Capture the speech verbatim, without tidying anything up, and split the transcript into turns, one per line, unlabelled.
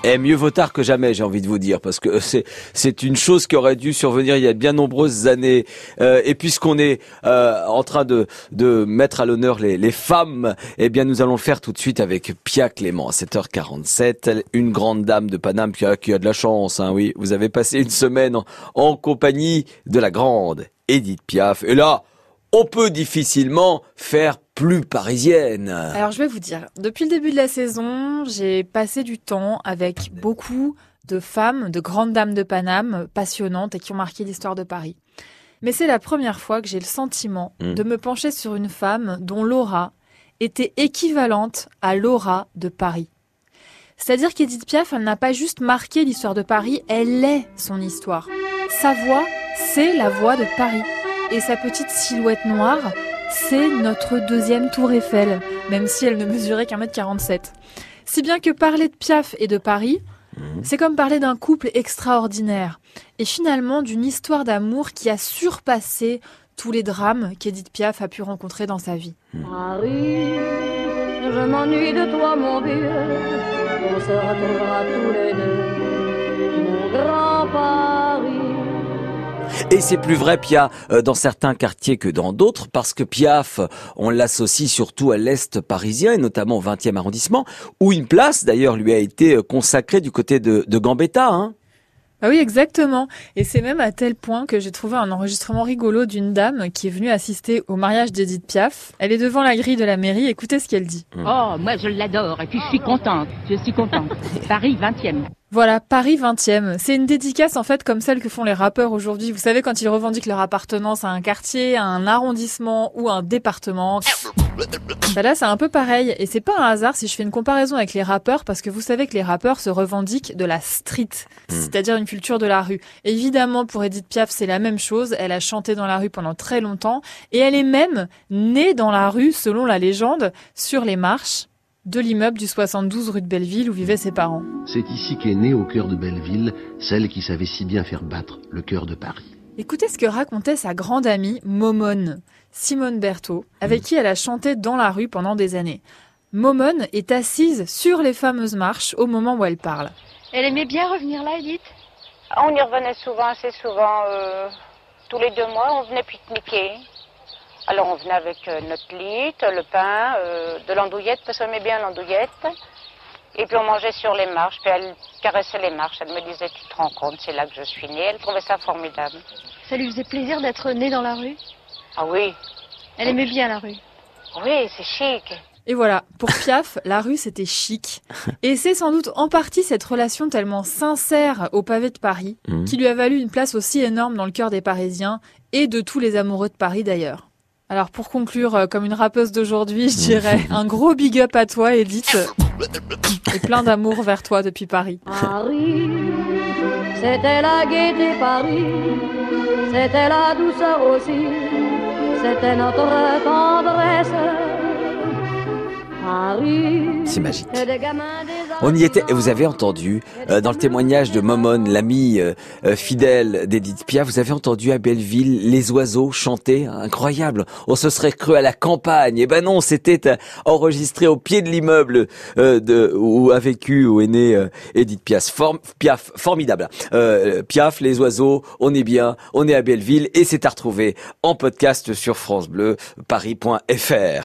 Et mieux vaut tard que jamais, j'ai envie de vous dire, parce que c'est c'est une chose qui aurait dû survenir il y a bien nombreuses années. Euh, et puisqu'on est euh, en train de de mettre à l'honneur les les femmes, eh bien nous allons le faire tout de suite avec Pia Clément à sept heures quarante-sept, une grande dame de Paname qui a, qui a de la chance, hein, oui. Vous avez passé une semaine en, en compagnie de la grande Édith Piaf. Et là, on peut difficilement faire plus parisienne.
Alors je vais vous dire, depuis le début de la saison, j'ai passé du temps avec beaucoup de femmes, de grandes dames de Paname, passionnantes et qui ont marqué l'histoire de Paris. Mais c'est la première fois que j'ai le sentiment mmh. de me pencher sur une femme dont l'aura était équivalente à l'aura de Paris. C'est-à-dire qu'Édith Piaf, elle n'a pas juste marqué l'histoire de Paris, elle est son histoire. Sa voix, c'est la voix de Paris. Et sa petite silhouette noire, c'est notre deuxième tour Eiffel, même si elle ne mesurait qu'un mètre quarante-sept. Si bien que parler de Piaf et de Paris, c'est comme parler d'un couple extraordinaire. Et finalement, d'une histoire d'amour qui a surpassé tous les drames qu'Édith Piaf a pu rencontrer dans sa vie.
Paris, je m'ennuie de toi, mon vieux. On se retrouvera tous les deux, mon grand Paris.
Et c'est plus vrai, Pia, dans certains quartiers que dans d'autres, parce que Piaf, on l'associe surtout à l'Est parisien, et notamment au vingtième arrondissement, où une place, d'ailleurs, lui a été consacrée du côté de, de Gambetta, hein.
Ah oui, exactement. Et c'est même à tel point que j'ai trouvé un enregistrement rigolo d'une dame qui est venue assister au mariage d'Édith Piaf. Elle est devant la grille de la mairie, écoutez ce qu'elle dit.
Oh, moi je l'adore, et puis je suis contente, je suis contente. Paris vingtième.
Voilà, Paris vingtième. C'est une dédicace en fait comme celle que font les rappeurs aujourd'hui. Vous savez, quand ils revendiquent leur appartenance à un quartier, à un arrondissement ou à un département. Bah là, c'est un peu pareil. Et c'est pas un hasard si je fais une comparaison avec les rappeurs, parce que vous savez que les rappeurs se revendiquent de la street, c'est-à-dire une culture de la rue. Évidemment, pour Édith Piaf, c'est la même chose. Elle a chanté dans la rue pendant très longtemps. Et elle est même née dans la rue, selon la légende, sur les marches de l'immeuble du soixante-douze rue de Belleville où vivaient ses parents.
C'est ici qu'est née au cœur de Belleville, celle qui savait si bien faire battre le cœur de Paris.
Écoutez ce que racontait sa grande amie Momone, Simone Berthaud, avec qui elle a chanté dans la rue pendant des années. Momone est assise sur les fameuses marches au moment où elle parle.
Elle aimait bien revenir là, Edith ?
On y revenait souvent, assez souvent, euh, tous les deux mois, on venait pique-niquer. Alors on venait avec euh, notre litre, le pain, euh, de l'andouillette, parce qu'on aimait bien l'andouillette. Et puis on mangeait sur les marches, puis elle caressait les marches. Elle me disait, tu te rends compte, c'est là que je suis née. Elle trouvait ça formidable.
Ça lui faisait plaisir d'être née dans la rue ?
Ah oui.
Elle aimait bien la rue ?
Oui, c'est chic.
Et voilà, pour Piaf, la rue c'était chic. Et c'est sans doute en partie cette relation tellement sincère au pavé de Paris mmh. qui lui a valu une place aussi énorme dans le cœur des Parisiens et de tous les amoureux de Paris d'ailleurs. Alors pour conclure, comme une rappeuse d'aujourd'hui, je dirais un gros big up à toi Edith et plein d'amour vers toi depuis Paris.
Paris, c'était la gaieté Paris, c'était la douceur aussi, c'était notre tendresse.
C'est magique. On y était, et vous avez entendu, euh, dans le témoignage de Momone, l'amie euh, fidèle d'Édith Piaf, vous avez entendu à Belleville les oiseaux chanter, incroyable. On se serait cru à la campagne. Eh ben non, c'était euh, enregistré au pied de l'immeuble euh, de, où a vécu, où est née euh, Édith Piaf. Form, Piaf, formidable. Euh, Piaf, les oiseaux, on est bien, on est à Belleville, et c'est à retrouver en podcast sur francebleu paris point f r.